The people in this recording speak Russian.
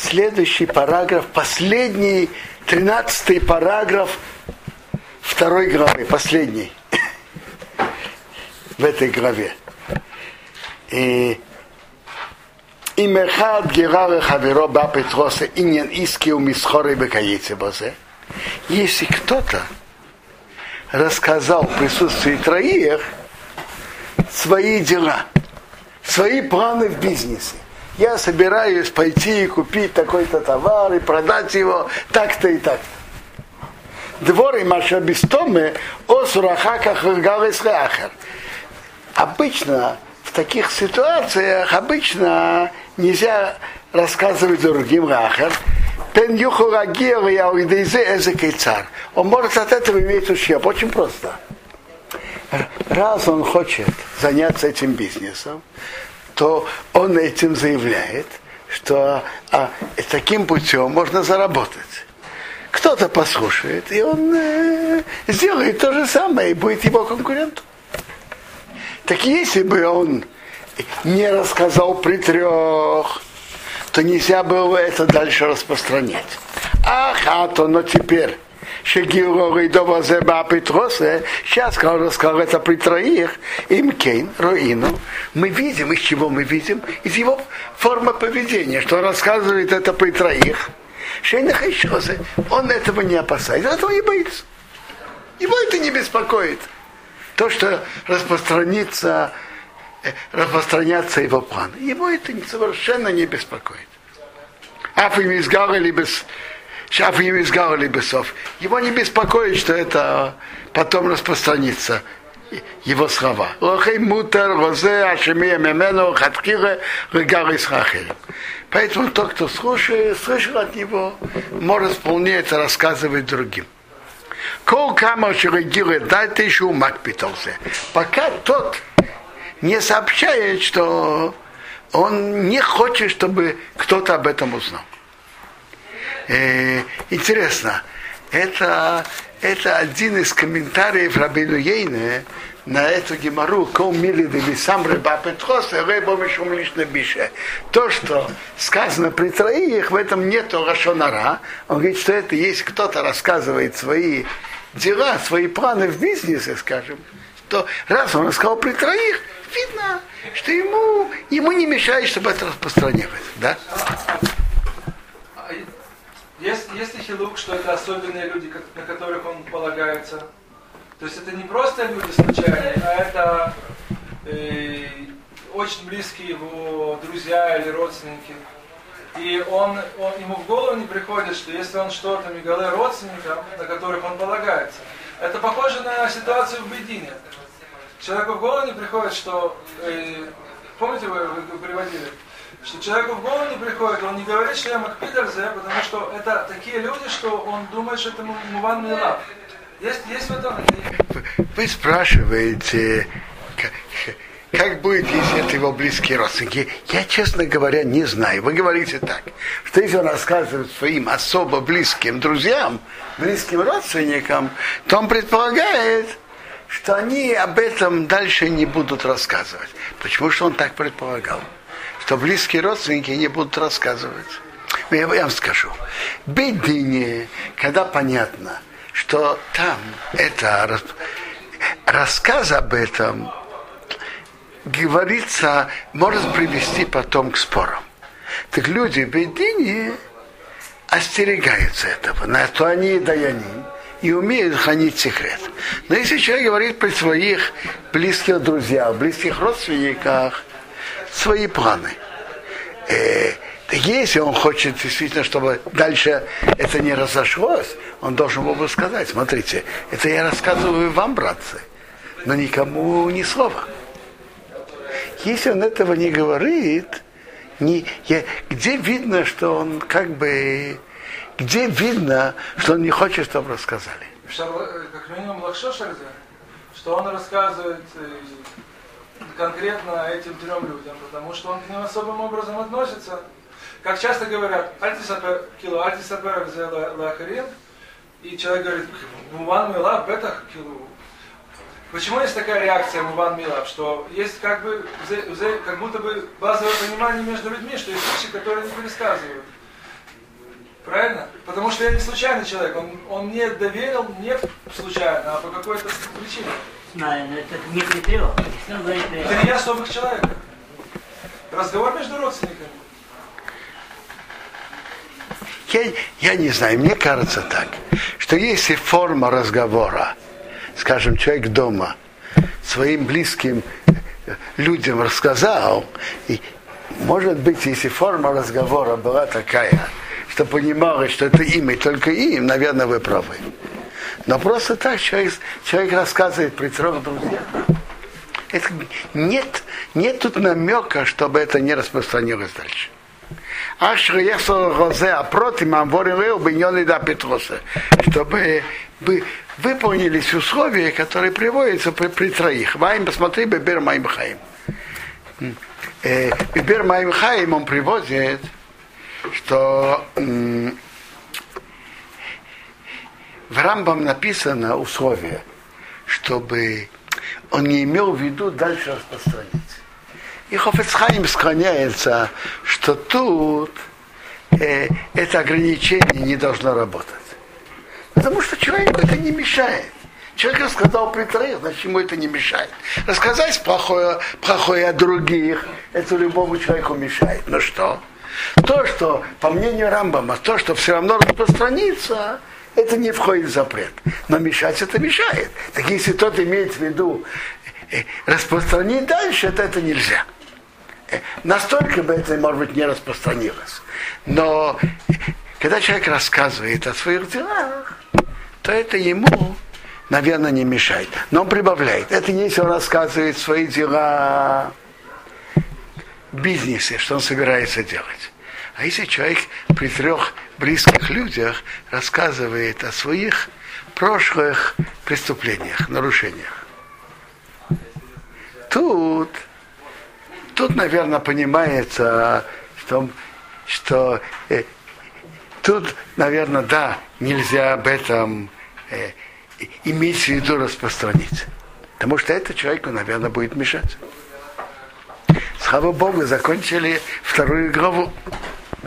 следующий параграф, последний, 13-й параграф 2 главы, последний в этой главе. И Имехад Герара Хаверо Бапетроса Иньян Иски у Мисхоры Бекаице Бозе. Если кто-то рассказал в присутствии троих свои дела, свои планы в бизнесе. Я собираюсь пойти и купить такой-то товар и продать его так-то и так-то. Дворы Машабистоме Осурахаках Галисрахар. Обычно в таких ситуациях нельзя рассказывать другим рахар. Он может от этого иметь ущерб. Очень просто. Раз он хочет заняться этим бизнесом, то он этим заявляет, что таким путем можно заработать. Кто-то послушает, и он сделает то же самое, и будет его конкурентом. Так если бы он не рассказал при трех, то нельзя было это дальше распространять. Но теперь, сейчас, когда он рассказал это при троих, Имкейн, Роину, мы видим, из чего мы видим? Из его формы поведения, что он рассказывает это при троих. Он этого не опасается, этого не боится. Его это не беспокоит. То, что распространятся его планы. Его это совершенно не беспокоит. Его не беспокоит, что это потом распространится, его слова. Поэтому тот, кто слышал от него, может вполне это рассказывать другим. Пока тот не сообщает, что он не хочет, чтобы кто-то об этом узнал. Интересно, это один из комментариев Рабейну Йейне на эту гемару то, что сказано при троих, в этом нету лашон ара. Он говорит, что это если кто-то рассказывает свои дела, свои планы в бизнесе, скажем, то раз он рассказал при троих, видно, что ему не мешает, чтобы это распространялось. Да? Есть ли хилук, что это особенные люди, на которых он полагается? То есть это не просто люди случайные, а это очень близкие его друзья или родственники. И ему в голову не приходит, что если он что-то мигале родственникам, на которых он полагается, это похоже на ситуацию в Бейдине. Человеку в голову не приходит, что, помните, вы приводили, что человеку в голову не приходит, он не говорит, что я макпидерзе, потому что это такие люди, что он думает, что это муван милав. Есть в этом? Вы спрашиваете, как будет, если это его близкие родственники? Я, честно говоря, не знаю. Вы говорите так, что если он рассказывает своим особо близким друзьям, близким родственникам, то он предполагает, что они об этом дальше не будут рассказывать. Почему же он так предполагал? Что близкие родственники не будут рассказывать. Я вам скажу. В Бейдине, когда понятно, что там это рассказ об этом говорится, может привести потом к спорам. Так люди в Бейдине остерегаются этого, на то они и даяним, и умеют хранить секрет. Но если человек говорит при своих близких друзьях, близких родственниках свои планы, так если он хочет действительно, чтобы дальше это не разошлось, он должен был бы сказать, смотрите, это я рассказываю вам, братцы, но никому ни слова. Если он этого не говорит, где видно, что он где видно, что он не хочет, чтобы рассказали? Как минимум лакшошарзе, что он рассказывает конкретно этим трем людям, потому что он к ним особым образом относится. Как часто говорят, альтисапер лахарин, и человек говорит, муван милав бетах килу. Почему есть такая реакция муван милав, что есть как будто бы базовое понимание между людьми, что есть вещи, которые не пересказывают. Правильно? Потому что я не случайный человек. Он мне доверил не случайно, а по какой-то причине. Знаю, но это не припрет. 3 особых человека. Разговор между родственниками. Я не знаю, мне кажется так, что если форма разговора, скажем, человек дома своим близким людям рассказал, и, может быть, если форма разговора была такая, что понималось, что это им и только им, наверное, вы правы. Но просто так человек рассказывает при 3 друзьях. Это, нет тут намека, чтобы это не распространилось дальше. Чтобы выполнились условия, которые приводятся при 3. Ваим, посмотри, Бибер Маим Хаим. Бибер Маим Хаим он приводит, что в Рамбам написано условие, чтобы он не имел в виду дальше распространиться. И Хофец Хаим склоняется, что тут это ограничение не должно работать. Потому что человеку это не мешает. Человек рассказал при 3, значит ему это не мешает. Рассказать плохое о других, это любому человеку мешает. Но что? То, что, по мнению Рамбама, то, что все равно распространится, это не входит в запрет. Но мешать это мешает. Так если тот имеет в виду распространить дальше, то это нельзя. Настолько бы это, может быть, не распространилось. Но когда человек рассказывает о своих делах, то это ему, наверное, не мешает. Но он прибавляет. Это не если он рассказывает свои дела в бизнесе, что он собирается делать. А если человек при 3 близких людях рассказывает о своих прошлых преступлениях, нарушениях. Тут, наверное, понимается, что тут, наверное, да, нельзя об этом иметь в виду распространить. Потому что это человеку, наверное, будет мешать. Слава Богу, закончили 2 главу.